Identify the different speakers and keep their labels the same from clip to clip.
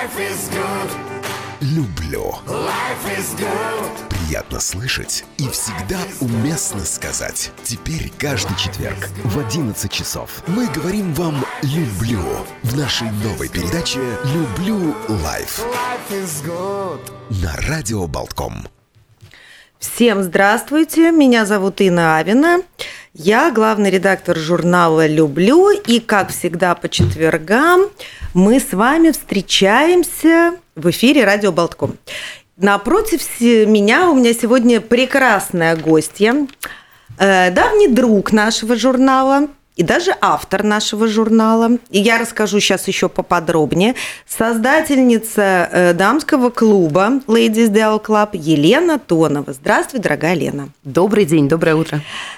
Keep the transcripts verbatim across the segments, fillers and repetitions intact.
Speaker 1: Life is good.
Speaker 2: Люблю.
Speaker 1: Life is good.
Speaker 2: Приятно слышать и всегда уместно сказать. Теперь каждый четверг в одиннадцать часов мы говорим вам «люблю» в нашей новой передаче «Люблю лайф»
Speaker 1: Life is good.
Speaker 2: на радио Болтком.
Speaker 3: Всем здравствуйте, меня зовут Инна Авина, я главный редактор журнала «Люблю», и, как всегда, по четвергам мы с вами встречаемся в эфире радио Болтком. Напротив меня у меня сегодня прекрасная гостья, давний друг нашего журнала и даже автор нашего журнала. И я расскажу сейчас еще поподробнее. Создательница дамского клуба Ladies Dial Club Елена Тонова. Здравствуй, дорогая Лена.
Speaker 4: Добрый день, доброе утро.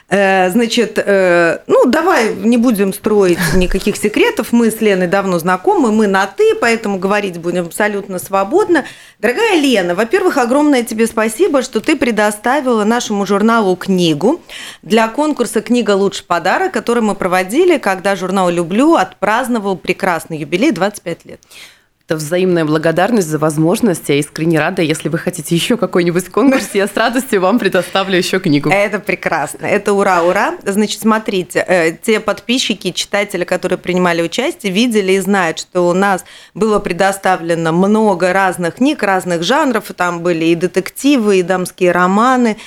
Speaker 3: Значит, ну, давай не будем строить никаких секретов. Мы с Леной давно знакомы, мы на «ты», поэтому говорить будем абсолютно свободно. Дорогая Лена, во-первых, огромное тебе спасибо, что ты предоставила нашему журналу книгу для конкурса «Книга лучший подарок», который мы проводили, когда журнал «Люблю» отпраздновал прекрасный юбилей двадцать пять лет.
Speaker 4: Это взаимная благодарность за возможность. Я искренне рада. Если вы хотите еще какой-нибудь конкурс, я с радостью вам предоставлю еще книгу.
Speaker 3: Это прекрасно. Это ура-ура. Значит, смотрите, те подписчики, читатели, которые принимали участие, видели и знают, что у нас было предоставлено много разных книг, разных жанров. И там были и детективы, и дамские романы,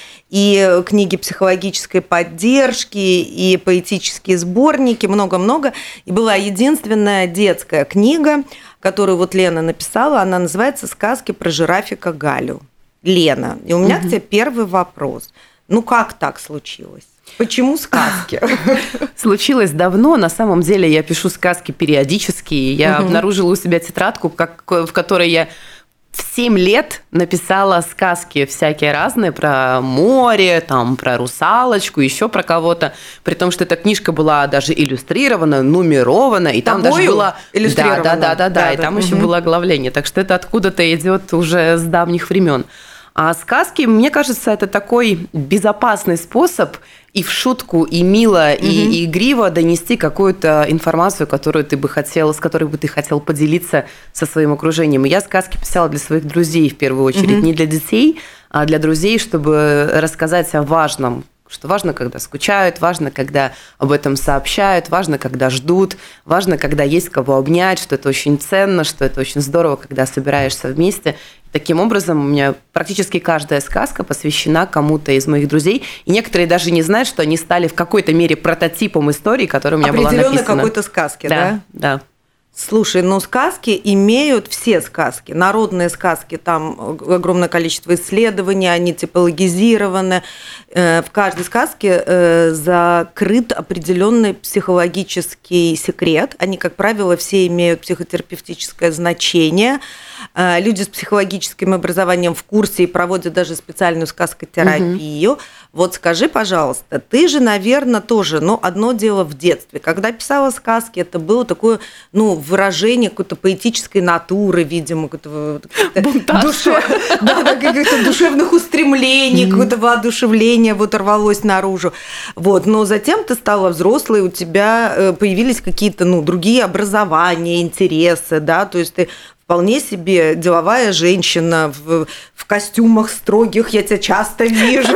Speaker 3: и книги психологической поддержки, и поэтические сборники, много-много. И была единственная детская книга, которую вот Лена написала, она называется «Сказки про жирафика Галю». Лена, и у меня угу. к тебе первый вопрос. Ну, как так случилось? Почему сказки?
Speaker 4: Случилось давно. На самом деле я пишу сказки периодически. Я угу. обнаружила у себя тетрадку, как, в которой я в семь лет написала сказки всякие разные про море, там, про русалочку, еще про кого-то. При том, что эта книжка была даже иллюстрирована, нумерована, и там
Speaker 3: Тобою
Speaker 4: даже было...
Speaker 3: иллюстрирована?
Speaker 4: Да, да, да, да, да,
Speaker 3: да
Speaker 4: и
Speaker 3: да.
Speaker 4: там
Speaker 3: угу.
Speaker 4: еще было оглавление. Так что это откуда-то идет уже с давних времен. А сказки, мне кажется, это такой безопасный способ и в шутку, и мило, mm-hmm. и, и игриво донести какую-то информацию, которую ты бы хотел, с которой бы ты хотел поделиться со своим окружением. И я сказки писала для своих друзей в первую очередь, mm-hmm. не для детей, а для друзей, чтобы рассказать о важном. Что важно, когда скучают, важно, когда об этом сообщают, важно, когда ждут, важно, когда есть кого обнять, что это очень ценно, что это очень здорово, когда собираешься вместе. Таким образом, у меня практически каждая сказка посвящена кому-то из моих друзей, и некоторые даже не знают, что они стали в какой-то мере прототипом истории, которая у меня была написана.
Speaker 3: Определённой какой-то сказки, да?
Speaker 4: Да, да.
Speaker 3: Слушай, ну сказки имеют все сказки. Народные сказки, там огромное количество исследований, они типологизированы. В каждой сказке закрыт определенный психологический секрет. Они, как правило, все имеют психотерапевтическое значение. Люди с психологическим образованием в курсе и проводят даже специальную сказкотерапию. Угу. Вот скажи, пожалуйста, ты же, наверное, тоже, ну, одно дело в детстве. Когда писала сказки, это было такое, ну, выражение какой-то поэтической натуры, видимо, какой-то душе... да, да, каких-то душевных устремлений, mm-hmm. какое-то воодушевление вот рвалось наружу. Вот. Но затем ты стала взрослой, у тебя появились какие-то, ну, другие образования, интересы, да, то есть ты вполне себе деловая женщина в, в костюмах строгих, я тебя часто вижу.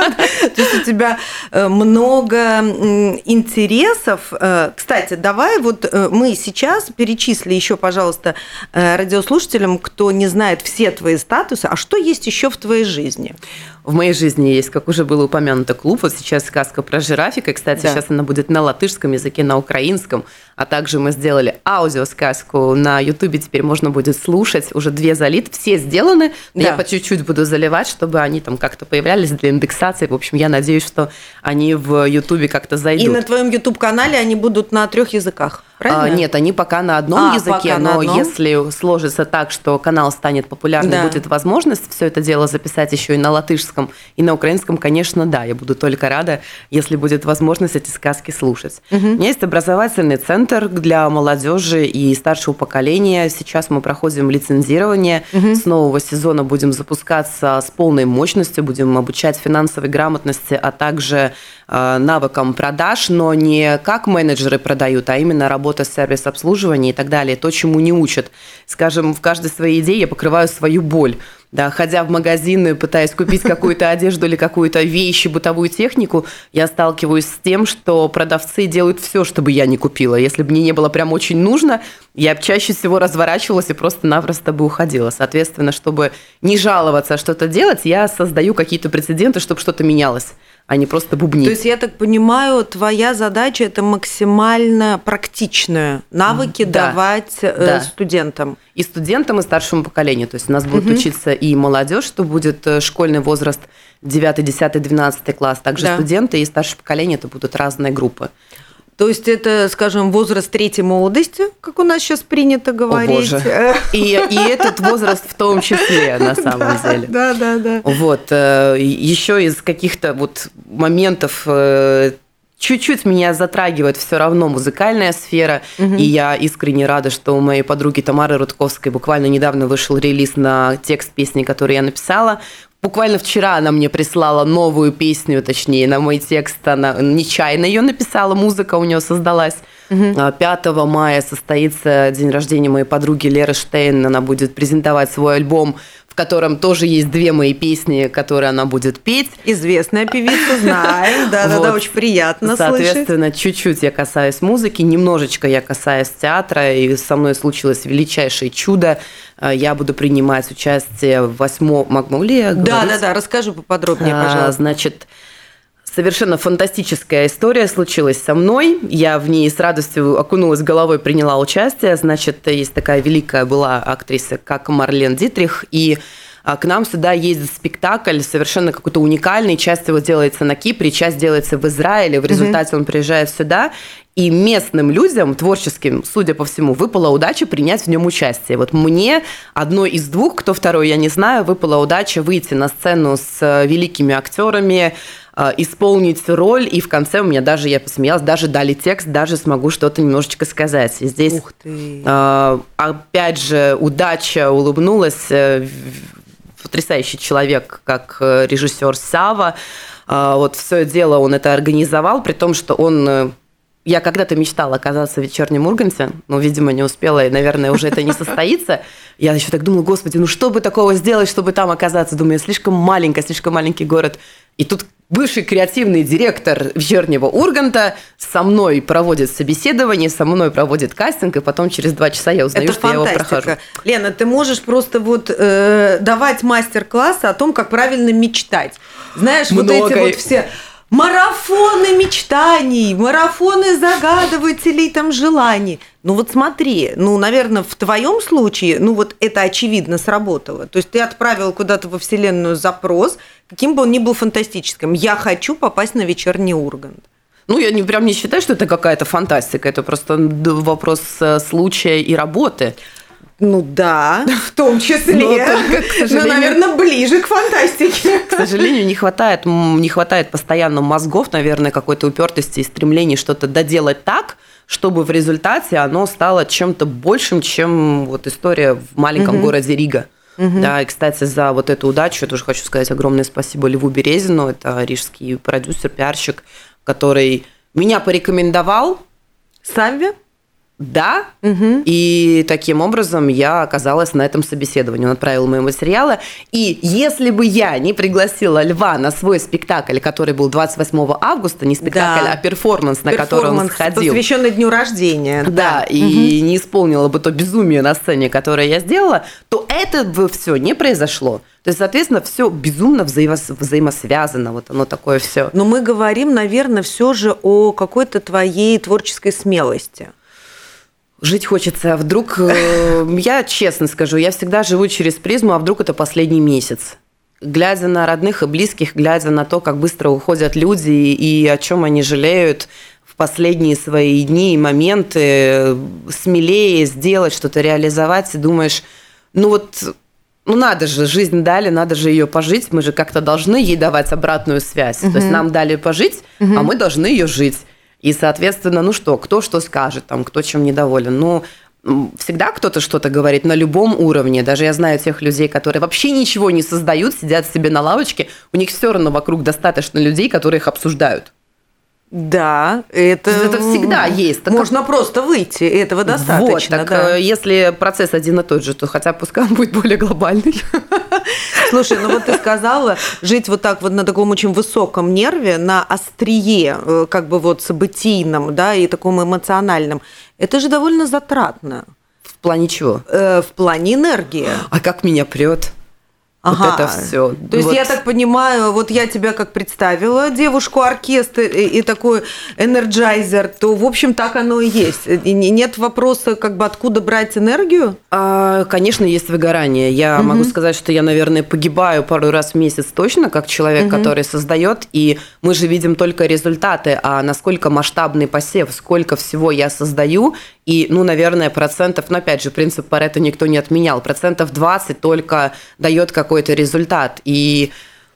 Speaker 3: То есть у тебя много интересов. Кстати, давай вот мы сейчас перечисли еще, пожалуйста, радиослушателям, кто не знает все твои статусы, а что есть еще в твоей жизни?
Speaker 4: В моей жизни есть, как уже было упомянуто, клуб. Вот сейчас сказка про жирафика. Кстати, да. сейчас она будет на латышском языке, на украинском. А также мы сделали аудиосказку на Ютубе. Теперь можно будет слушать. Уже две залиты. Все сделаны. Но да. я по чуть-чуть буду заливать, чтобы они там как-то появлялись для индексации. В общем, я надеюсь, что они в Ютубе как-то зайдут.
Speaker 3: И на твоем Ютуб-канале они будут на трех языках, правильно?
Speaker 4: А, нет, они пока на одном
Speaker 3: а,
Speaker 4: языке, но одном. Если сложится так, что канал станет популярным, да. будет возможность все это дело записать еще и на латышском татарском и на украинском, конечно, да. Я буду только рада, если будет возможность эти сказки слушать. Угу. У меня есть образовательный центр для молодежи и старшего поколения. Сейчас мы проходим лицензирование. Угу. С нового сезона будем запускаться с полной мощностью, будем обучать финансовой грамотности, а также э, навыкам продаж, но не как менеджеры продают, а именно работа с сервис-обслуживанием и так далее. То, чему не учат. Скажем, в каждой своей идее я покрываю свою боль. Да, ходя в магазины, пытаясь купить какую-то одежду или какую-то вещь, бытовую технику, я сталкиваюсь с тем, что продавцы делают все, чтобы я не купила. Если бы мне не было прям очень нужно, я бы чаще всего разворачивалась и просто-напросто бы уходила. Соответственно, чтобы не жаловаться, а что-то делать, я создаю какие-то прецеденты, чтобы что-то менялось, а не просто бубнить.
Speaker 3: То есть, я так понимаю, твоя задача – это максимально практичные навыки да. давать да. студентам.
Speaker 4: И студентам, и старшему поколению. То есть, у нас будет угу. учиться и молодежь, что будет школьный возраст девятый, десятый, двенадцатый класс. Также да. студенты и старшее поколение – это будут разные группы.
Speaker 3: То есть это, скажем, возраст третьей молодости, как у нас сейчас принято говорить. О,
Speaker 4: Боже. И, и этот возраст в том числе, на самом
Speaker 3: да,
Speaker 4: деле.
Speaker 3: Да, да, да.
Speaker 4: Вот. Еще из каких-то вот моментов чуть-чуть меня затрагивает все равно музыкальная сфера, угу. и я искренне рада, что у моей подруги Тамары Рудковской буквально недавно вышел релиз на текст песни, который я написала. Буквально вчера она мне прислала новую песню, точнее, на мой текст. Она нечаянно ее написала, музыка у нее создалась. Угу. пятого мая состоится день рождения моей подруги Леры Штейн. Она будет презентовать свой альбом, в котором тоже есть две мои песни, которые она будет петь.
Speaker 3: Известная певица, знаем. Да-да-да, очень приятно слышать.
Speaker 4: Соответственно, чуть-чуть я касаюсь музыки, немножечко я касаюсь театра, и со мной случилось величайшее чудо. Я буду принимать участие в восьмом... Могу ли я говорить?
Speaker 3: Да-да-да, расскажи поподробнее, пожалуйста.
Speaker 4: А, значит... Совершенно фантастическая история случилась со мной. Я в ней с радостью окунулась головой, приняла участие. Значит, есть такая великая была актриса, как Марлен Дитрих, и к нам сюда ездит спектакль совершенно какой-то уникальный. Часть его делается на Кипре, часть делается в Израиле. В результате mm-hmm. он приезжает сюда. И местным людям, творческим, судя по всему, выпала удача принять в нем участие. Вот мне, одной из двух, кто второй, я не знаю, выпала удача выйти на сцену с великими актерами, исполнить роль, и в конце у меня даже, я посмеялась, даже дали текст, даже смогу что-то немножечко сказать. И здесь,
Speaker 3: Ух ты.
Speaker 4: опять же, удача улыбнулась, потрясающий человек, как режиссер Сава. Вот все дело он это организовал, при том, что он... Я когда-то мечтала оказаться в «Вечернем Урганте», но, видимо, не успела, и, наверное, уже это не состоится. Я еще так думала, господи, ну что бы такого сделать, чтобы там оказаться? Думаю, слишком маленькая, слишком маленький город. И тут бывший креативный директор «Вечернего Урганта» со мной проводит собеседование, со мной проводит кастинг, и потом через два часа я узнаю,
Speaker 3: это
Speaker 4: что
Speaker 3: фантастика.
Speaker 4: Я его прохожу.
Speaker 3: Лена, ты можешь просто вот э, давать мастер-классы о том, как правильно мечтать. Знаешь, Много. вот эти вот все... Марафоны мечтаний, марафоны загадывателей там желаний. Ну вот смотри, ну, наверное, в твоем случае, ну вот это очевидно сработало. То есть ты отправил куда-то во Вселенную запрос, каким бы он ни был фантастическим. Я хочу попасть на «Вечерний Ургант».
Speaker 4: Ну, я не, прям не считаю, что это какая-то фантастика. Это просто вопрос случая и работы.
Speaker 3: Ну да, в том числе, но, только, к сожалению, но, наверное, ближе к фантастике.
Speaker 4: К сожалению, не хватает, не хватает постоянно мозгов, наверное, какой-то упертости и стремлений что-то доделать так, чтобы в результате оно стало чем-то большим, чем вот история в маленьком угу. городе Рига. Угу. Да, и, кстати, за вот эту удачу я тоже хочу сказать огромное спасибо Льву Березину, это рижский продюсер, пиарщик, который меня порекомендовал.
Speaker 3: Савве?
Speaker 4: Да,
Speaker 3: угу.
Speaker 4: и таким образом я оказалась на этом собеседовании. Он отправил мои материалы. И если бы я не пригласила Льва на свой спектакль, который был двадцать восьмого августа, не спектакль, да. а перформанс, на который он сходил.
Speaker 3: Посвященный дню рождения.
Speaker 4: Да, да. и угу. не исполнила бы то безумие на сцене, которое я сделала, то это бы все не произошло. То есть, соответственно, все безумно взаимос- взаимосвязано, вот оно такое все.
Speaker 3: Но мы говорим, наверное, все же о какой-то твоей творческой смелости.
Speaker 4: Жить хочется, а вдруг, я честно скажу, я всегда живу через призму, а вдруг это последний месяц. Глядя на родных и близких, глядя на то, как быстро уходят люди и о чем они жалеют в последние свои дни и моменты, смелее сделать, что-то реализовать, и думаешь, ну вот Ну, надо же, жизнь дали, надо же ее пожить, мы же как-то должны ей давать обратную связь. Uh-huh. То есть нам дали пожить, uh-huh. а мы должны ее жить. И, соответственно, ну что, кто что скажет, там, кто чем недоволен. Ну, всегда кто-то что-то говорит на любом уровне. Даже я знаю тех людей, которые вообще ничего не создают, сидят себе на лавочке, у них все равно вокруг достаточно людей, которые их обсуждают.
Speaker 3: Да, это,
Speaker 4: это всегда есть. Так
Speaker 3: можно как... просто выйти, этого достаточно.
Speaker 4: Вот, так
Speaker 3: да.
Speaker 4: Если процесс один и тот же, то хотя пускай он будет более глобальный.
Speaker 3: Слушай, ну вот ты сказала, жить вот так вот на таком очень высоком нерве, на острие, как бы вот событийном, да, и таком эмоциональном, это же довольно затратно.
Speaker 4: В плане чего?
Speaker 3: Э, в плане энергии.
Speaker 4: А как меня прет?
Speaker 3: Ага.
Speaker 4: Вот это все.
Speaker 3: То есть
Speaker 4: вот.
Speaker 3: я так понимаю, вот я тебя как представила, девушку-оркестр и, и такой энерджайзер, то, в общем, так оно и есть. И нет вопроса, как бы, откуда брать энергию?
Speaker 4: А, конечно, есть выгорание. Я угу. могу сказать, что я, наверное, погибаю пару раз в месяц точно, как человек, угу. который создает, и мы же видим только результаты, а насколько масштабный посев, сколько всего я создаю, и, ну, наверное, процентов, но, опять же, принцип Парето никто не отменял, процентов двадцать только дает какой-то результат. И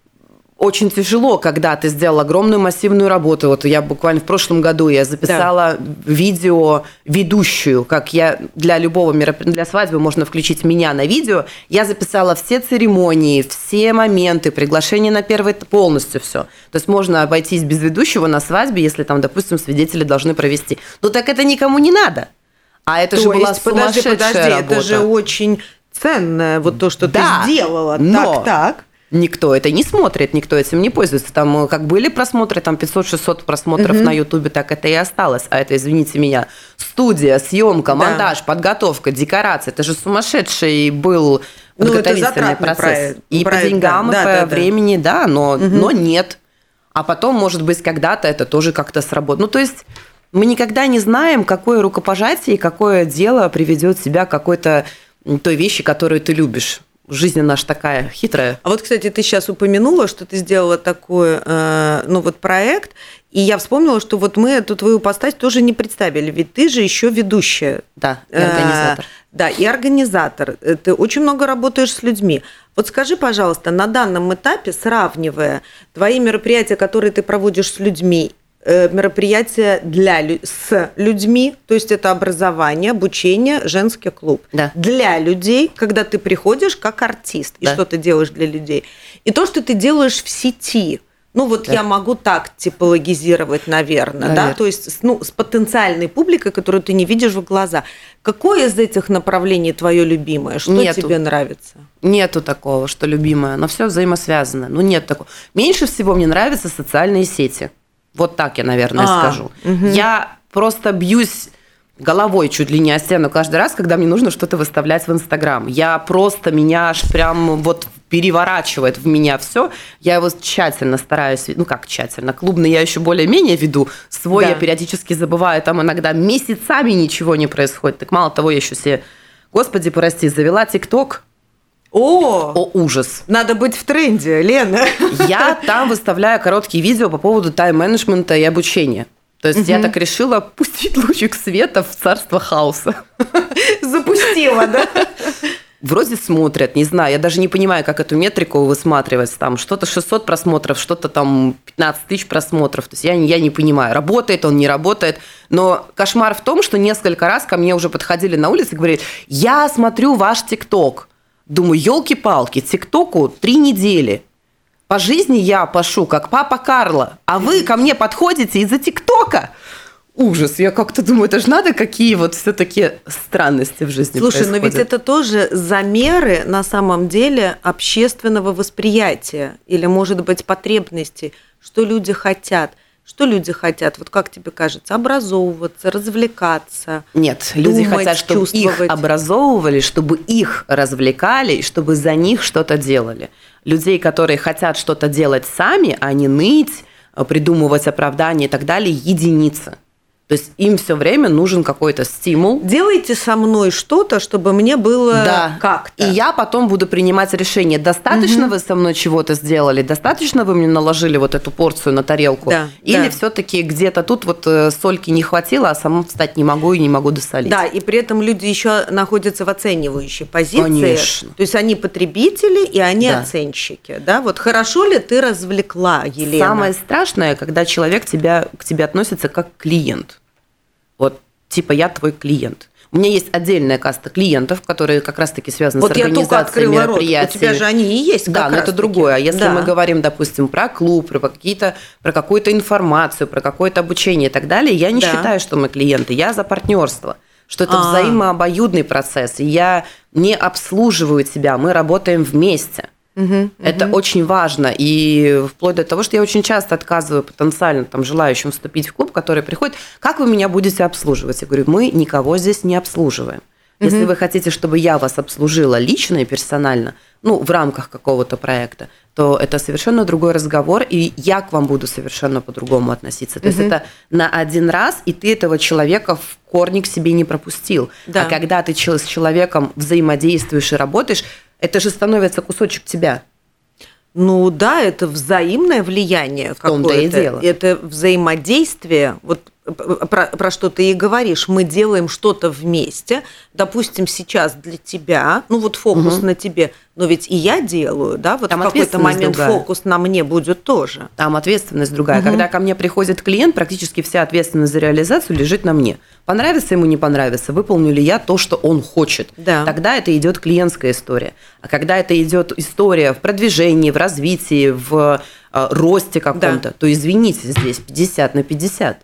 Speaker 4: очень тяжело, когда ты сделал огромную массивную работу. Вот я буквально в прошлом году я записала да. видео ведущую, как я для любого мероприятия, для свадьбы можно включить меня на видео. Я записала все церемонии, все моменты, приглашение на первый, полностью все. То есть можно обойтись без ведущего на свадьбе, если там, допустим, свидетели должны провести. Ну так это никому не надо. А это
Speaker 3: то
Speaker 4: же была
Speaker 3: есть,
Speaker 4: сумасшедшая
Speaker 3: подожди, подожди,
Speaker 4: работа.
Speaker 3: Это же очень ценное, вот то, что
Speaker 4: да,
Speaker 3: ты сделала.
Speaker 4: Но...
Speaker 3: Так, так.
Speaker 4: Никто это не смотрит, никто этим не пользуется. Там как были просмотры, там пятьсот-шестьсот просмотров uh-huh. на Ютубе, так это и осталось. А это, извините меня, студия, съемка, да. монтаж, подготовка, декорация. Это же сумасшедший был подготовительный ну, процесс. Проект, и проект, по деньгам, да, и да, по да, времени, да, да но, uh-huh. но нет. А потом, может быть, когда-то это тоже как-то сработает. Ну, то есть мы никогда не знаем, какое рукопожатие и какое дело приведет себя к какой-то той вещи, которую ты любишь. Жизнь наша такая хитрая.
Speaker 3: А вот, кстати, ты сейчас упомянула, что ты сделала такой, э, ну вот проект, и я вспомнила, что вот мы эту твою постать тоже не представили, ведь ты же еще ведущая.
Speaker 4: Да, и организатор. Э,
Speaker 3: да, и организатор. Ты очень много работаешь с людьми. Вот скажи, пожалуйста, на данном этапе, сравнивая твои мероприятия, которые ты проводишь с людьми, мероприятия для, с людьми, то есть это образование, обучение, женский клуб.
Speaker 4: Да.
Speaker 3: Для людей, когда ты приходишь как артист, и
Speaker 4: да.
Speaker 3: что ты делаешь для людей. И то, что ты делаешь в сети. Ну, вот да. я могу так типологизировать, наверное, наверное. Да? То есть ну, с потенциальной публикой, которую ты не видишь в глаза. Какое из этих направлений твое любимое? Что Нету. Тебе нравится?
Speaker 4: Нету такого, что любимое, но все взаимосвязано. Ну, нет такого. Меньше всего мне нравятся социальные сети. Вот так я, наверное, а, скажу. Угу. Я просто бьюсь головой чуть ли не о стену каждый раз, когда мне нужно что-то выставлять в Инстаграм. Я просто, меня аж прям вот переворачивает в меня все. Я его тщательно стараюсь, ну как тщательно, клубный я еще более-менее веду, свой да. я периодически забываю, там иногда месяцами ничего не происходит. Так мало того, я еще себе, господи, прости, завела ТикТок.
Speaker 3: О,
Speaker 4: О, ужас.
Speaker 3: Надо быть в тренде, Лена.
Speaker 4: Я там выставляю короткие видео по поводу тайм-менеджмента и обучения. То есть угу. я так решила пустить лучик света в царство хаоса.
Speaker 3: Запустила, да?
Speaker 4: Вроде смотрят, не знаю, я даже не понимаю, как эту метрику высматривать. Там что-то шестьсот просмотров, что-то там пятнадцать тысяч просмотров. То есть я, я не понимаю, работает он, не работает. Но кошмар в том, что несколько раз ко мне уже подходили на улице и говорили, я смотрю ваш ТикТок. Думаю, елки-палки, ТикТоку три недели. По жизни я пашу, как папа Карло, а вы ко мне подходите из-за ТикТока. Ужас, я как-то думаю, это же надо, какие вот все-таки странности в жизни
Speaker 3: Слушай,
Speaker 4: происходят.
Speaker 3: но ведь это тоже замеры на самом деле общественного восприятия или, может быть, потребностей, что люди хотят. Что люди хотят? Вот как тебе кажется? Образовываться, развлекаться?
Speaker 4: Нет, люди
Speaker 3: думать,
Speaker 4: хотят, чтобы
Speaker 3: чувствовать.
Speaker 4: Их образовывали, чтобы их развлекали, и чтобы за них что-то делали. Людей, которые хотят что-то делать сами, а не ныть, придумывать оправдания и так далее, единицы. То есть им все время нужен какой-то стимул.
Speaker 3: Делайте со мной что-то, чтобы мне было
Speaker 4: да.
Speaker 3: как-то.
Speaker 4: И я потом буду принимать решение, достаточно угу. вы со мной чего-то сделали, достаточно вы мне наложили вот эту порцию на тарелку,
Speaker 3: да,
Speaker 4: или
Speaker 3: да.
Speaker 4: все-таки где-то тут вот сольки не хватило, а сама встать не могу и не могу досолить.
Speaker 3: Да, и при этом люди еще находятся в оценивающей позиции.
Speaker 4: Конечно.
Speaker 3: То есть они потребители и они да. оценщики. Да? Вот хорошо ли ты развлекла, Елена?
Speaker 4: Самое страшное, когда человек тебя, к тебе относится как клиент. Вот, типа, я твой клиент. У меня есть отдельная каста клиентов, которые как раз-таки связаны
Speaker 3: вот
Speaker 4: с организацией мероприятий.
Speaker 3: У тебя же они и есть.
Speaker 4: Да, но это другое. А если
Speaker 3: да.
Speaker 4: мы говорим, допустим, про клуб, про какие-то, про какую-то информацию, про какое-то обучение и так далее, я не да. считаю, что мы клиенты. Я за партнерство, что это А-а-а. взаимообоюдный процесс. И я не обслуживаю тебя, мы работаем вместе. Угу, это угу. очень важно, и вплоть до того, что я очень часто отказываю потенциально там, желающим вступить в клуб, который приходит, как вы меня будете обслуживать? Я говорю, мы никого здесь не обслуживаем. Угу. Если вы хотите, чтобы я вас обслужила лично и персонально, ну, в рамках какого-то проекта, то это совершенно другой разговор, и я к вам буду совершенно по-другому относиться. То угу. есть это на один раз, и ты этого человека в корне к себе не пропустил. Да. А когда ты с человеком взаимодействуешь и работаешь, это же становится кусочек тебя.
Speaker 3: Ну да, это взаимное влияние
Speaker 4: в том-то и дело.
Speaker 3: Это взаимодействие. Вот про, про что ты и говоришь. Мы делаем что-то вместе. Допустим, сейчас для тебя, ну вот фокус угу. на тебе, но ведь и я делаю, да, вот
Speaker 4: там
Speaker 3: в какой-то момент другая. Фокус на мне будет тоже.
Speaker 4: Там ответственность другая. Угу. Когда ко мне приходит клиент, практически вся ответственность за реализацию лежит на мне. Понравится ему, не понравится, выполню ли я то, что он хочет. Да. Тогда это идет клиентская история. А когда это идет история в продвижении, в развитии, в э, росте каком-то, да. то извините, здесь пятьдесят на пятьдесят.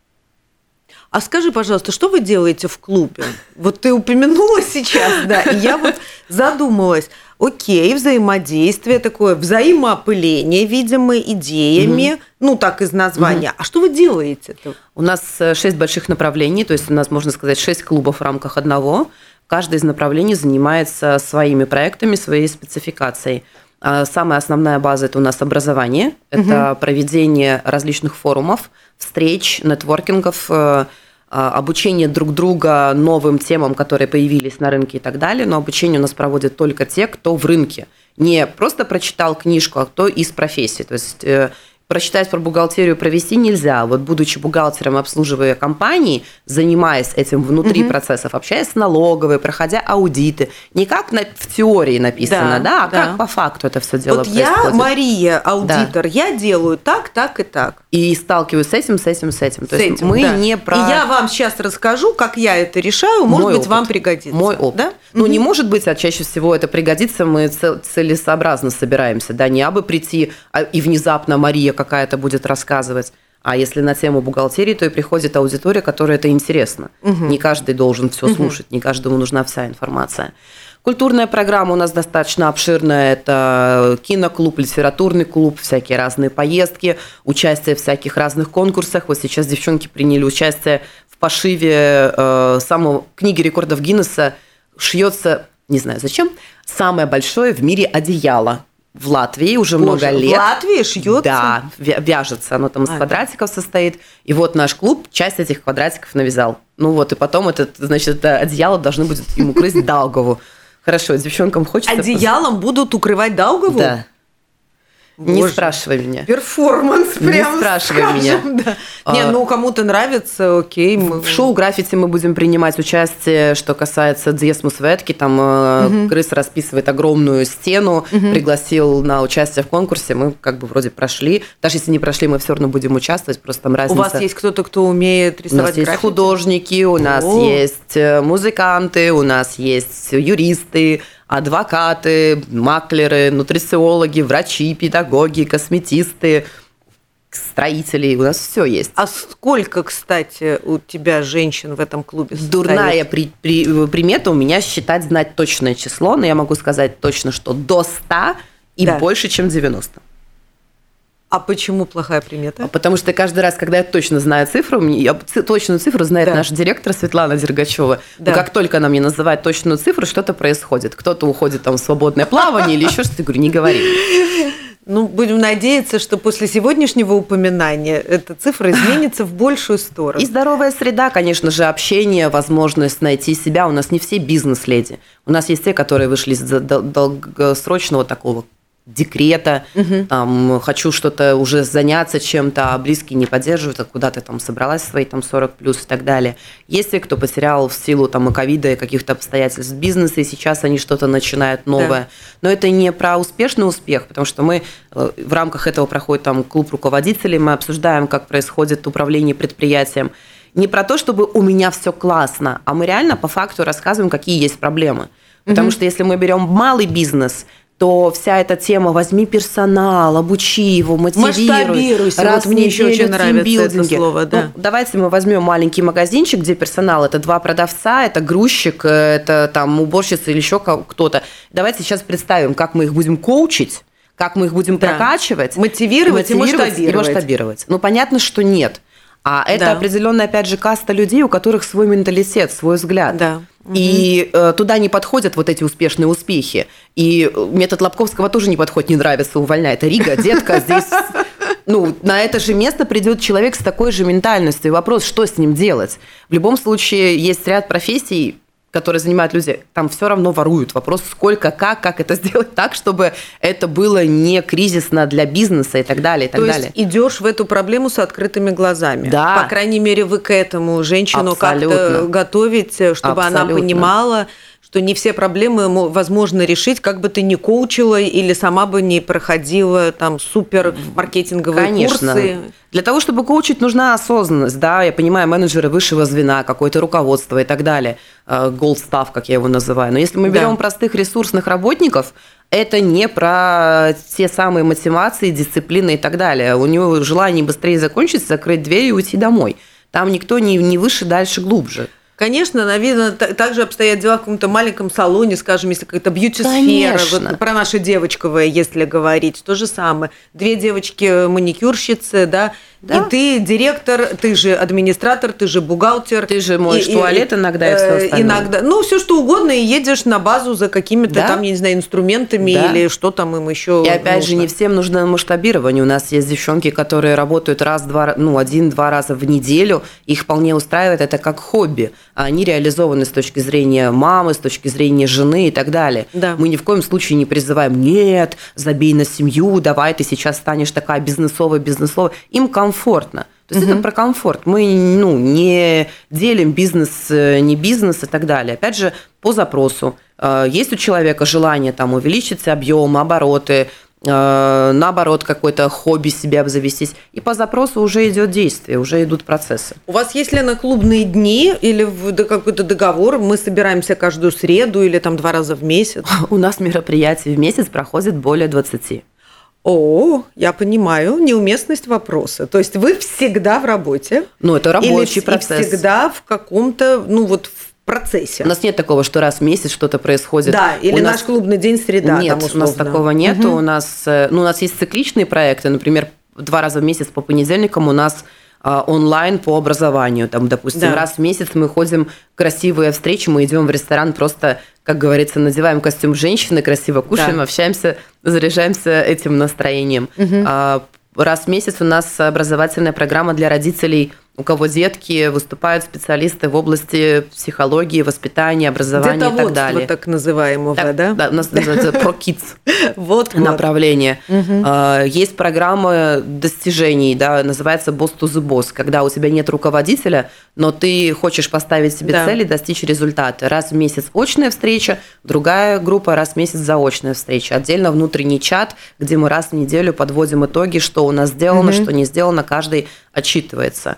Speaker 3: А скажи, пожалуйста, что вы делаете в клубе? Вот ты упомянула сейчас, да, и я вот задумалась. Окей, взаимодействие такое, взаимоопыление, видимо, идеями, угу. ну так из названия. Угу. А что вы делаете-то?
Speaker 4: У нас шесть больших направлений, то есть у нас, можно сказать, шесть клубов в рамках одного. Каждое из направлений занимается своими проектами, своей спецификацией. Самая основная база – это у нас образование, это угу. проведение различных форумов, встреч, нетворкингов, обучение друг друга новым темам, которые появились на рынке и так далее. Но обучение у нас проводят только те, кто в рынке. Не просто прочитал книжку, а кто из профессии. То есть прочитать про бухгалтерию провести нельзя. Вот будучи бухгалтером, обслуживая компании, занимаясь этим внутри угу. процессов, общаясь с налоговой, проходя аудиты, не как на, в теории написано, да, да а да. как по факту это все дело
Speaker 3: вот
Speaker 4: происходит.
Speaker 3: Вот я, Мария, аудитор, да. я делаю так, так и так.
Speaker 4: И сталкиваюсь с этим, с этим, с этим. То
Speaker 3: с
Speaker 4: есть
Speaker 3: этим,
Speaker 4: мы
Speaker 3: да.
Speaker 4: не про...
Speaker 3: И я вам сейчас расскажу, как я это решаю, может
Speaker 4: Мой
Speaker 3: быть,
Speaker 4: опыт.
Speaker 3: вам пригодится.
Speaker 4: Мой опыт.
Speaker 3: Да?
Speaker 4: Ну,
Speaker 3: угу.
Speaker 4: не может быть, а чаще всего это пригодится, мы целесообразно собираемся, да, не абы прийти, а и внезапно Мария какая-то будет рассказывать. А если на тему бухгалтерии, то и приходит аудитория, которой это интересно. Угу. Не каждый должен все угу. слушать, не каждому нужна вся информация. Культурная программа у нас достаточно обширная. Это киноклуб, литературный клуб, всякие разные поездки, участие в всяких разных конкурсах. Вот сейчас девчонки приняли участие в пошиве э, самого книги рекордов Гиннесса. Шьется, не знаю зачем, самое большое в мире одеяло. В Латвии уже Боже, много лет.
Speaker 3: В Латвии шьется?
Speaker 4: Да, вяжется. Оно там из а, квадратиков да. состоит. И вот наш клуб часть этих квадратиков навязал. Ну вот, и потом это, значит, это одеяло должно будет ему крыть Даугаву. Хорошо, девчонкам хочется...
Speaker 3: Одеялом будут укрывать Даугаву?
Speaker 4: Да.
Speaker 3: Боже,
Speaker 4: не спрашивай меня.
Speaker 3: Перформанс прям.
Speaker 4: Не спрашивай скажем, меня.
Speaker 3: Да. А, не, ну кому-то нравится, окей.
Speaker 4: Мы... В шоу «Граффити» мы будем принимать участие, что касается Дзесму Светки. Там угу. крыс расписывает огромную стену, угу. пригласил на участие в конкурсе. Мы как бы вроде прошли. Даже если не прошли, мы все равно будем участвовать. Просто там разница.
Speaker 3: У вас есть кто-то, кто умеет рисовать
Speaker 4: граффити? У нас
Speaker 3: граффити?
Speaker 4: есть художники, у нас О. есть музыканты, у нас есть юристы, адвокаты, маклеры, нутрициологи, врачи, педагоги, косметисты, строители. У нас все есть.
Speaker 3: А сколько, кстати, у тебя женщин в этом клубе состоит?
Speaker 4: Дурная при, при, примета у меня считать, знать точное число, но я могу сказать точно, что до ста и да. больше, чем девяносто.
Speaker 3: А почему плохая примета?
Speaker 4: Потому что каждый раз, когда я точно знаю цифру, я точную цифру знает да. наш директор Светлана Дергачева. Да. Но как только она мне называет точную цифру, что-то происходит. Кто-то уходит там в свободное плавание или еще что-то. Я говорю, не говори.
Speaker 3: Ну, будем надеяться, что после сегодняшнего упоминания эта цифра изменится в большую сторону.
Speaker 4: И здоровая среда, конечно же, общение, возможность найти себя. У нас не все бизнес-леди. У нас есть те, которые вышли из долгосрочного такого декрета, угу. там, хочу что-то уже заняться чем-то, а близкие не поддерживают, а куда ты там собралась свои там сорок плюс и так далее. Есть те, кто потерял в силу там и ковида, и каких-то обстоятельств бизнеса, и сейчас они что-то начинают новое. Да. Но это не про успешный успех, потому что мы в рамках этого проходит там клуб руководителей, мы обсуждаем, как происходит управление предприятием. Не про то, чтобы у меня все классно, а мы реально по факту рассказываем, какие есть проблемы. Потому угу. что если мы берем малый бизнес, то вся эта тема «возьми персонал, обучи его, мотивируй».
Speaker 3: Масштабируйся.
Speaker 4: Раз
Speaker 3: вот мне еще очень нравится это слово. Да.
Speaker 4: Ну, давайте мы возьмем маленький магазинчик, где персонал – это два продавца, это грузчик, это там уборщица или еще кто-то. Давайте сейчас представим, как мы их будем коучить, как мы их будем да. прокачивать.
Speaker 3: Мотивировать, и мотивировать и масштабировать.
Speaker 4: И масштабировать. Ну, понятно, что нет. А это да. определенная, опять же, каста людей, у которых свой менталитет, свой взгляд.
Speaker 3: Да.
Speaker 4: И э, туда не подходят вот эти успешные успехи. И метод Лобковского тоже не подходит, не нравится, увольняй. Это Рига, детка, здесь... Ну, на это же место придет человек с такой же ментальностью. И вопрос, что с ним делать? В любом случае, есть ряд профессий, которые занимают люди, там все равно воруют. Вопрос, сколько, как, как это сделать так, чтобы это было не кризисно для бизнеса и так далее, и так
Speaker 3: То
Speaker 4: далее.
Speaker 3: есть идешь в эту проблему с открытыми глазами.
Speaker 4: Да.
Speaker 3: По крайней мере, вы к этому женщину
Speaker 4: Абсолютно.
Speaker 3: как-то готовите, чтобы
Speaker 4: Абсолютно.
Speaker 3: она понимала, что не все проблемы возможно решить, как бы ты ни коучила или сама бы не проходила там супер маркетинговые
Speaker 4: Конечно.
Speaker 3: курсы.
Speaker 4: Для того, чтобы коучить, нужна осознанность, да, я понимаю, менеджеры высшего звена, какое-то руководство и так далее, gold staff, как я его называю. Но если мы берем да. простых ресурсных работников, это не про те самые мотивации, дисциплины и так далее. У него желание быстрее закончить, закрыть дверь и уйти домой. Там никто не, не выше, дальше, глубже.
Speaker 3: Конечно, наверное, также обстоят дела в каком-то маленьком салоне, скажем, если какая-то бьюти-сфера, вот про наше девочковое, если говорить, то же самое. Две девочки-маникюрщицы, да, да, и ты директор, ты же администратор, ты же бухгалтер.
Speaker 4: Ты же моешь и, туалет и, иногда и все остальное.
Speaker 3: Иногда, ну, все что угодно, и едешь на базу за какими-то да? там, я не знаю, инструментами да? или что там им еще
Speaker 4: И опять
Speaker 3: нужно.
Speaker 4: же, не всем нужно масштабирование. У нас есть девчонки, которые работают раз-два, ну, один-два раза в неделю, их вполне устраивает это как хобби. Они реализованы с точки зрения мамы, с точки зрения жены и так далее. Да. Мы ни в коем случае не призываем, нет, забей на семью, давай ты сейчас станешь такая бизнесовая, бизнесовая. Им комфортно. То есть угу. это про комфорт. Мы ну, не делим бизнес, не бизнес и так далее. Опять же, по запросу. Есть у человека желание там, увеличить объем, обороты, наоборот, какое-то хобби себе обзавестись. И по запросу уже идет действие, уже идут процессы.
Speaker 3: У вас есть ли на клубные дни или какой-то договор? Мы собираемся каждую среду или там два раза в месяц?
Speaker 4: У нас мероприятий в месяц проходит более двадцати.
Speaker 3: О, я понимаю, неуместность вопроса. То есть вы всегда в работе?
Speaker 4: Ну, это рабочий
Speaker 3: или
Speaker 4: процесс.
Speaker 3: всегда в каком-то, ну вот в процессе.
Speaker 4: У нас нет такого, что раз в месяц что-то происходит.
Speaker 3: Да, или у наш нас... клубный день среда.
Speaker 4: Нет,
Speaker 3: там,
Speaker 4: у нас такого нет. Угу. У нас, ну, у нас есть цикличные проекты. Например, два раза в месяц по понедельникам у нас онлайн по образованию. Там, допустим, да. раз в месяц мы ходим красивые встречи, мы идем в ресторан, просто, как говорится, надеваем костюм женщины, красиво кушаем, да. общаемся, заряжаемся этим настроением. Угу. Раз в месяц у нас образовательная программа для родителей, у кого детки, выступают специалисты в области психологии, воспитания, образования и так далее.
Speaker 3: так называемого,
Speaker 4: так,
Speaker 3: да?
Speaker 4: Да, у нас называется Pro Kids
Speaker 3: вот,
Speaker 4: направление.
Speaker 3: Угу.
Speaker 4: Есть программа достижений, да, называется Boss to the Boss, когда у тебя нет руководителя, но ты хочешь поставить себе да. цели, достичь результата. Раз в месяц очная встреча, другая группа раз в месяц заочная встреча. Отдельно внутренний чат, где мы раз в неделю подводим итоги, что у нас сделано, угу. что не сделано, каждый отчитывается.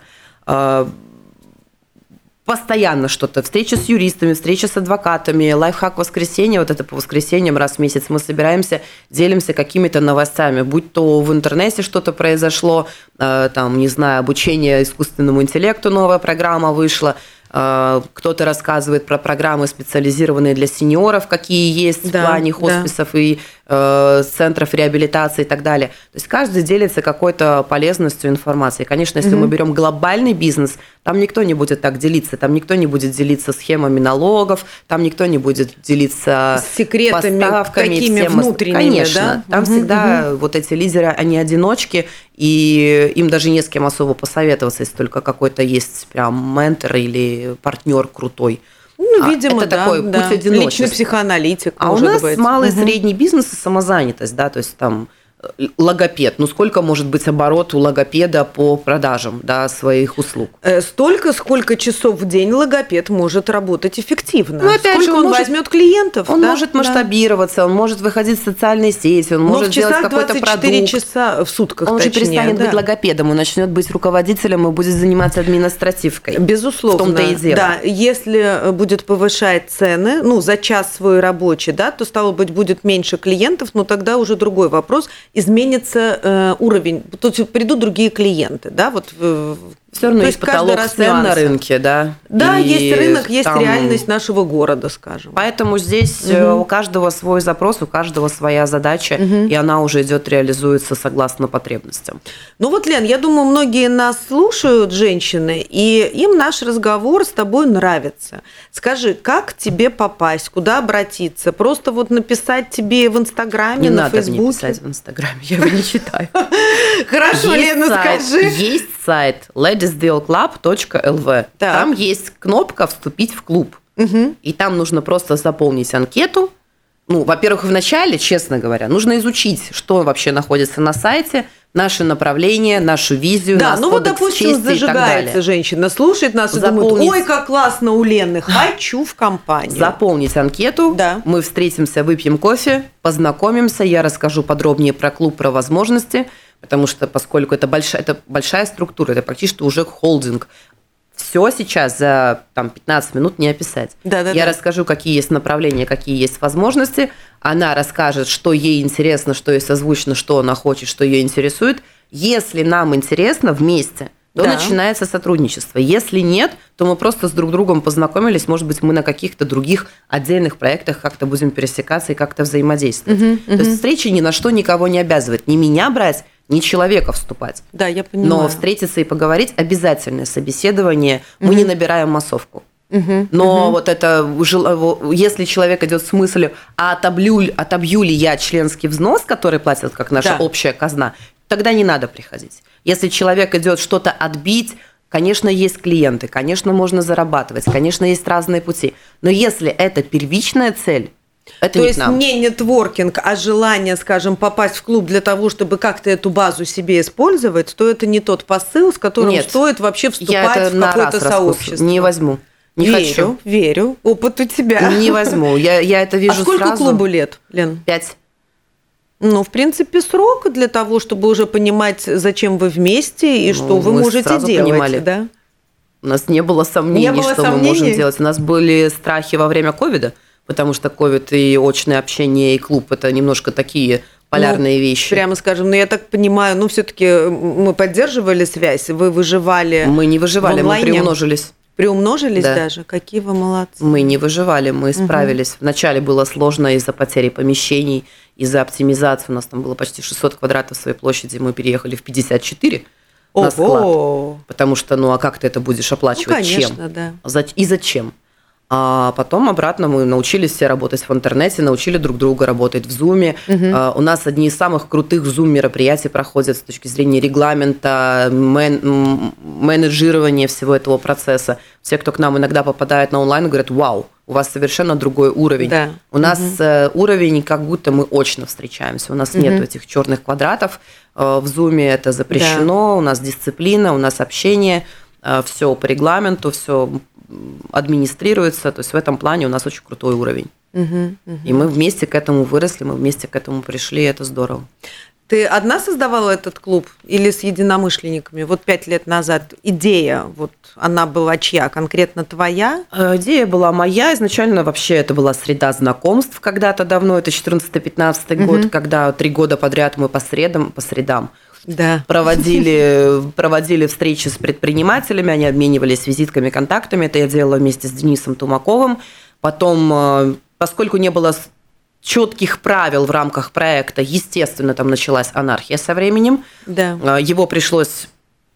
Speaker 4: Постоянно что-то. Встреча с юристами, встреча с адвокатами, лайфхак воскресенья, вот это по воскресеньям раз в месяц мы собираемся, делимся какими-то новостями, будь то в интернете что-то произошло, там, не знаю, обучение искусственному интеллекту, новая программа вышла, Кто-то рассказывает про программы, специализированные для сеньоров, какие есть
Speaker 3: Да,
Speaker 4: в плане хосписов
Speaker 3: да.
Speaker 4: и э, центров реабилитации и так далее. То есть каждый делится какой-то полезностью информации. Конечно, если угу. мы берем глобальный бизнес, там никто не будет так делиться, там никто не будет делиться схемами налогов, там никто не будет делиться
Speaker 3: с секретами,
Speaker 4: поставками,
Speaker 3: такими
Speaker 4: всем...
Speaker 3: внутренними.
Speaker 4: Конечно,
Speaker 3: да?
Speaker 4: там
Speaker 3: угу,
Speaker 4: всегда
Speaker 3: угу.
Speaker 4: вот эти лидеры, они одиночки, и им даже не с кем особо посоветоваться, если только какой-то есть прям ментор или партнер крутой.
Speaker 3: Ну, видимо,
Speaker 4: это
Speaker 3: да,
Speaker 4: такой
Speaker 3: да.
Speaker 4: путь одиночества.
Speaker 3: Личный психоаналитик,
Speaker 4: а
Speaker 3: может
Speaker 4: у нас
Speaker 3: быть.
Speaker 4: малый и
Speaker 3: угу.
Speaker 4: средний бизнес и самозанятость, да, то есть там логопед. Ну, сколько может быть оборот у логопеда по продажам, да, своих услуг?
Speaker 3: Столько, сколько часов в день логопед может работать эффективно.
Speaker 4: Ну, опять
Speaker 3: сколько
Speaker 4: же,
Speaker 3: он,
Speaker 4: он может,
Speaker 3: возьмет клиентов.
Speaker 4: Он
Speaker 3: да?
Speaker 4: может масштабироваться, да. он может выходить в социальные сети, он
Speaker 3: Но
Speaker 4: может делать какой-то продукт.
Speaker 3: двадцать четыре часа в сутках,
Speaker 4: Он
Speaker 3: точнее,
Speaker 4: же перестанет
Speaker 3: да.
Speaker 4: быть логопедом, он начнет быть руководителем и будет заниматься административкой.
Speaker 3: Безусловно.
Speaker 4: В том-то и дело.
Speaker 3: Да, если будет повышать цены, ну, за час свой рабочий, да, то, стало быть, будет меньше клиентов, но тогда уже другой вопрос. Изменится уровень, тут придут другие клиенты, да, вот.
Speaker 4: Все равно есть потолок цен на рынке, да.
Speaker 3: Да,
Speaker 4: и
Speaker 3: есть рынок, есть
Speaker 4: там...
Speaker 3: реальность нашего города, скажем.
Speaker 4: Поэтому здесь угу. у каждого свой запрос, у каждого своя задача, угу. и она уже идет, реализуется согласно потребностям.
Speaker 3: Ну вот, Лен, я думаю, многие нас слушают, женщины, и им наш разговор с тобой нравится. Скажи, как тебе попасть, куда обратиться? Просто вот написать тебе в Инстаграме,
Speaker 4: не
Speaker 3: на
Speaker 4: надо
Speaker 3: Фейсбуке?
Speaker 4: Не писать в Инстаграме, я его не читаю.
Speaker 3: Хорошо, Лена, скажи.
Speaker 4: Есть сайт лэдис дэл клаб точка эл ви. Там есть кнопка «Вступить в клуб». И там нужно просто заполнить анкету. Ну, во-первых, вначале, честно говоря, нужно изучить, что вообще находится на сайте, наше направление, нашу визию,
Speaker 3: да,
Speaker 4: наш
Speaker 3: ну вот,
Speaker 4: кодекс
Speaker 3: допустим,
Speaker 4: чести и так далее.
Speaker 3: Зажигается женщина, слушает нас и
Speaker 4: Заполнить...
Speaker 3: думает, ой, как классно у Лены, хочу в компанию.
Speaker 4: Заполнить анкету,
Speaker 3: да.
Speaker 4: мы встретимся, выпьем кофе, познакомимся, я расскажу подробнее про клуб, про возможности, потому что поскольку это большая, это большая структура, это практически уже холдинг, все сейчас за там, пятнадцать минут не описать.
Speaker 3: Да, да,
Speaker 4: я
Speaker 3: да.
Speaker 4: расскажу, какие есть направления, какие есть возможности. Она расскажет, что ей интересно, что ей созвучно, что она хочет, что ее интересует. Если нам интересно вместе, то да. начинается сотрудничество. Если нет, то мы просто с друг другом познакомились. Может быть, мы на каких-то других отдельных проектах как-то будем пересекаться и как-то взаимодействовать. Uh-huh, uh-huh. То есть встреча ни на что никого не обязывает. Ни меня брать, ни человека вступать.
Speaker 3: Да, я понимаю.
Speaker 4: Но встретиться и поговорить – обязательное собеседование. Мы uh-huh. не набираем массовку.
Speaker 3: Uh-huh,
Speaker 4: Но
Speaker 3: uh-huh.
Speaker 4: вот это, если человек идет с мыслью, а отобью, отобью ли я членский взнос, который платит как наша
Speaker 3: да.
Speaker 4: общая казна, тогда не надо приходить. Если человек идет что-то отбить, конечно, есть клиенты, конечно, можно зарабатывать, конечно, есть разные пути. Но если это первичная цель, это
Speaker 3: То
Speaker 4: не
Speaker 3: есть
Speaker 4: к нам.
Speaker 3: не нетворкинг, а желание, скажем, попасть в клуб для того, чтобы как-то эту базу себе использовать, то это не тот посыл, с которым
Speaker 4: Нет,
Speaker 3: стоит вообще вступать
Speaker 4: я это
Speaker 3: в какое-то сообщество.
Speaker 4: Не возьму. Не
Speaker 3: верю,
Speaker 4: хочу.
Speaker 3: Верю. Опыт у тебя.
Speaker 4: Не возьму. Я, я это вижу
Speaker 3: а сколько
Speaker 4: сразу.
Speaker 3: клубу лет, Лен?
Speaker 4: Пять.
Speaker 3: Ну, в принципе, срок для того, чтобы уже понимать, зачем вы вместе и ну, что вы можете делать.
Speaker 4: Понимали.
Speaker 3: Да?
Speaker 4: У нас не было сомнений,
Speaker 3: не было
Speaker 4: что
Speaker 3: сомнений?
Speaker 4: мы можем делать. У нас были страхи во время ковида, потому что ковид и очное общение, и клуб – это немножко такие полярные
Speaker 3: ну,
Speaker 4: вещи.
Speaker 3: Прямо скажем, но я так понимаю, ну, все-таки мы поддерживали связь, вы выживали.
Speaker 4: Мы не выживали, мы приумножились.
Speaker 3: Приумножились
Speaker 4: да.
Speaker 3: даже? Какие вы молодцы.
Speaker 4: Мы не выживали, мы справились. Угу. Вначале было сложно из-за потери помещений, из-за оптимизации. У нас там было почти шестьсот квадратов своей площади, мы переехали в пятьдесят четыре
Speaker 3: Ого.
Speaker 4: на склад. Потому что, ну, а как ты это будешь оплачивать?
Speaker 3: Ну, конечно,
Speaker 4: чем?
Speaker 3: Да.
Speaker 4: И зачем? А потом обратно мы научились все работать в интернете, научили друг друга работать в Zoom. Угу. У нас одни из самых крутых Zoom-мероприятий проходят с точки зрения регламента, мен- менеджирования всего этого процесса. Все, кто к нам иногда попадает на онлайн, говорят, вау, у вас совершенно другой уровень.
Speaker 3: Да.
Speaker 4: У нас
Speaker 3: угу.
Speaker 4: уровень, как будто мы очно встречаемся. У нас угу. нет этих черных квадратов. В Zoom это запрещено, да. У нас дисциплина, у нас общение, все по регламенту, все администрируется, то есть в этом плане у нас очень крутой уровень.
Speaker 3: Угу, угу.
Speaker 4: И мы вместе к этому выросли, мы вместе к этому пришли, и это здорово.
Speaker 3: Ты одна создавала этот клуб или с единомышленниками? Вот пять лет назад идея, вот она была чья? Конкретно твоя?
Speaker 4: Идея была моя. Изначально вообще это была среда знакомств когда-то давно, это четырнадцатый-пятнадцатый угу. год, когда три года подряд мы по средам, по средам
Speaker 3: Да.
Speaker 4: Проводили, проводили встречи с предпринимателями, они обменивались визитками, контактами. Это я делала вместе с Денисом Тумаковым. Потом, поскольку не было четких правил в рамках проекта, естественно, там началась анархия со временем.
Speaker 3: Да.
Speaker 4: Его пришлось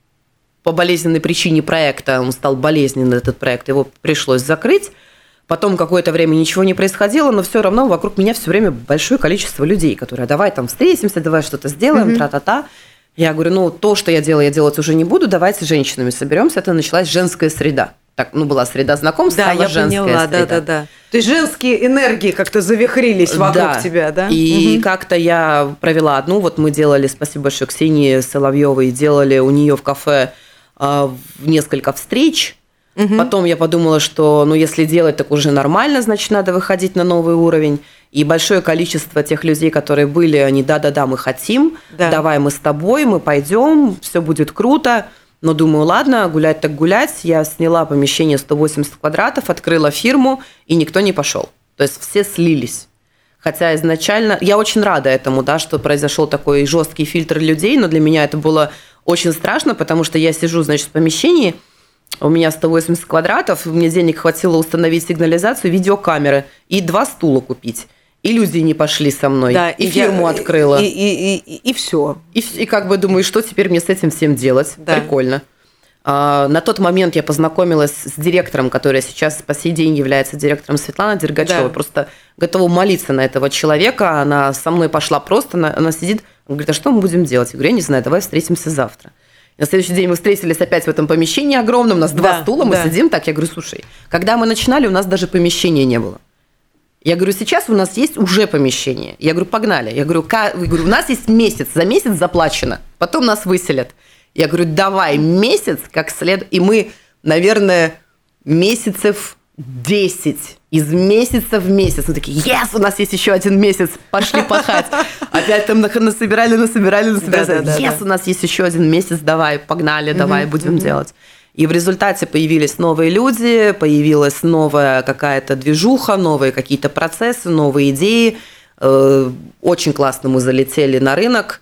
Speaker 4: по болезненной причине проекта, он стал болезненный, этот проект, его пришлось закрыть. Потом какое-то время ничего не происходило, но все равно вокруг меня все время большое количество людей, которые давай там встретимся, давай что-то сделаем, mm-hmm. тра-та-та. Я говорю, ну то, что я делаю, я делать уже не буду, давайте с женщинами соберемся. Это началась женская среда. Так, ну была среда знакомств,
Speaker 3: да,
Speaker 4: стала
Speaker 3: я
Speaker 4: женская
Speaker 3: поняла,
Speaker 4: среда.
Speaker 3: Да, да, да. То есть женские энергии как-то завихрились вокруг
Speaker 4: да.
Speaker 3: тебя, да?
Speaker 4: И
Speaker 3: угу.
Speaker 4: как-то я провела одну, вот мы делали, спасибо большое Ксении Соловьевой, делали у нее в кафе э, несколько встреч. Угу. Потом я подумала, что ну если делать, так уже нормально, значит, надо выходить на новый уровень. И большое количество тех людей, которые были, они да-да-да, мы хотим, да. давай мы с тобой, мы пойдем, все будет круто. Но думаю, ладно, гулять так гулять. Я сняла помещение сто восемьдесят квадратов, открыла фирму, и никто не пошел. То есть все слились. Хотя изначально... Я очень рада этому, да, что произошел такой жесткий фильтр людей, но для меня это было очень страшно, потому что я сижу, значит, в помещении, у меня сто восемьдесят квадратов, мне денег хватило установить сигнализацию, видеокамеры и два стула купить. И люди не пошли со мной, да, и, и фирму я, открыла.
Speaker 3: И, и, и, и все.
Speaker 4: И, и как бы думаю, что теперь мне с этим всем делать? Да. Прикольно. А, на тот момент я познакомилась с директором, которая сейчас по сей день является директором, Светлана Дергачева. Да. Просто готова молиться на этого человека. Она со мной пошла просто, она, она сидит, говорит, а что мы будем делать? Я говорю, я не знаю, давай встретимся завтра. На следующий день мы встретились опять в этом помещении огромном, у нас да, два стула, мы да. сидим так. Я говорю, слушай, когда мы начинали, у нас даже помещения не было. Я говорю, сейчас у нас есть уже помещение. Я говорю, погнали. Я говорю, я говорю, у нас есть месяц, за месяц заплачено, потом нас выселят. Я говорю, давай месяц как следует. И мы, наверное, месяцев десять, из месяца в месяц. Мы такие, yes, у нас есть еще один месяц, пошли пахать. Опять там насобирали, насобирали, насобирали. Yes, у нас есть еще один месяц, давай, погнали, давай, будем делать. И в результате появились новые люди, появилась новая какая-то движуха, новые какие-то процессы, новые идеи. Очень классно мы залетели на рынок.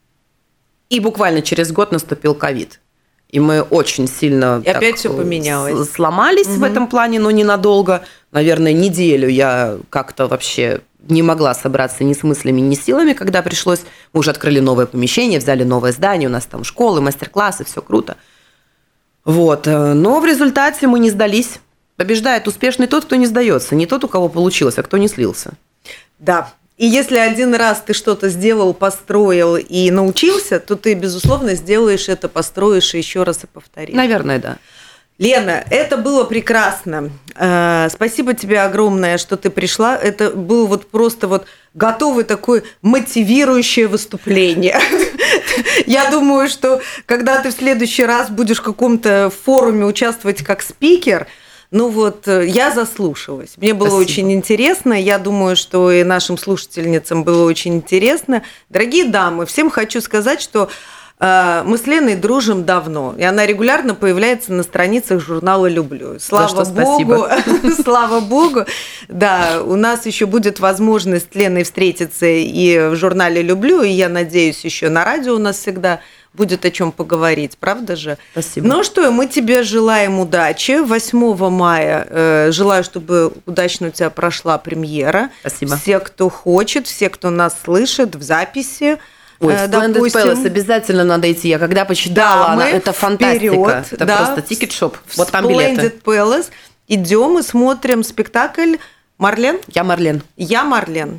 Speaker 4: И буквально через год наступил ковид. И мы очень сильно
Speaker 3: и опять все поменялось.
Speaker 4: Сломались угу. в этом плане, но ненадолго. Наверное, неделю я как-то вообще не могла собраться ни с мыслями, ни с силами, когда пришлось. Мы уже открыли новое помещение, взяли новое здание, у нас там школы, мастер-классы, все круто. Вот. Но в результате мы не сдались. Побеждает успешный тот, кто не сдается. Не тот, у кого получилось, а кто не слился.
Speaker 3: Да. И если один раз ты что-то сделал, построил и научился, то ты, безусловно, сделаешь это, построишь и еще раз и повторишь.
Speaker 4: Наверное, да.
Speaker 3: Лена, это было прекрасно. Спасибо тебе огромное, что ты пришла. Это было вот просто вот готовое такое мотивирующее выступление. Я думаю, что когда ты в следующий раз будешь в каком-то форуме участвовать как спикер, ну вот, я заслушалась. Мне было Спасибо. Очень интересно. Я думаю, что и нашим слушательницам было очень интересно. Дорогие дамы, всем хочу сказать, что э, мы с Леной дружим давно. И она регулярно появляется на страницах журнала «Люблю». Слава Богу. Слава Богу. Да, у нас еще будет возможность с Леной встретиться и в журнале «Люблю», и я надеюсь, еще на радио у нас всегда будет о чем поговорить, правда же?
Speaker 4: Спасибо.
Speaker 3: Ну что, мы тебе желаем удачи. восьмого мая э, желаю, чтобы удачно у тебя прошла премьера.
Speaker 4: Спасибо.
Speaker 3: Все, кто хочет, все, кто нас слышит в записи.
Speaker 4: Ой, э, Splendid допустим, Palace обязательно надо идти. Я когда почитала, да, она, это фантастика. Вперед, это да, просто тикет-шоп. Вот там билеты.
Speaker 3: Splendid Palace. Идем и смотрим спектакль «Марлен».
Speaker 4: Я Марлен.
Speaker 3: Я Марлен.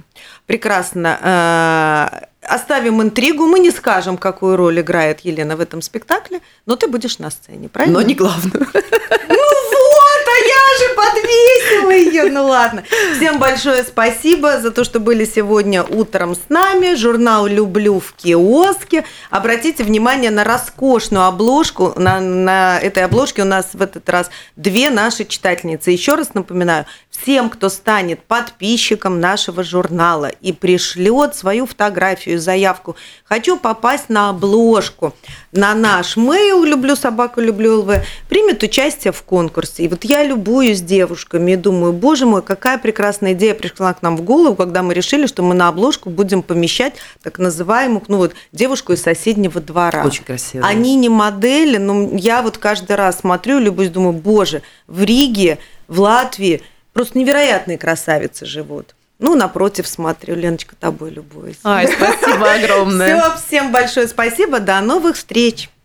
Speaker 3: Прекрасно. Оставим интригу, мы не скажем, какую роль играет Елена в этом спектакле, но ты будешь на сцене, правильно?
Speaker 4: Но не главную.
Speaker 3: Ну вот, а я же подвесила ее. Ну ладно. Всем большое спасибо за то, что были сегодня утром с нами. Журнал «Люблю» в киоске. Обратите внимание на роскошную обложку. На, на этой обложке у нас в этот раз две наши читательницы. Еще раз напоминаю, всем, кто станет подписчиком нашего журнала и пришлет свою фотографию, заявку, хочу попасть на обложку, на наш мейл люблю собаку, люблю ЛВ, примет участие в конкурсе. И вот я любуюсь девушками и думаю, боже мой, какая прекрасная идея пришла к нам в голову, когда мы решили, что мы на обложку будем помещать так называемую, ну вот, девушку из соседнего двора.
Speaker 4: Очень красиво.
Speaker 3: Они не модели, но я вот каждый раз смотрю, любуюсь, думаю, боже, в Риге, в Латвии просто невероятные красавицы живут. Ну, напротив, смотрю, Леночка, тобой любуюсь.
Speaker 4: Ай, спасибо огромное.
Speaker 3: Все, всем большое спасибо, до новых встреч.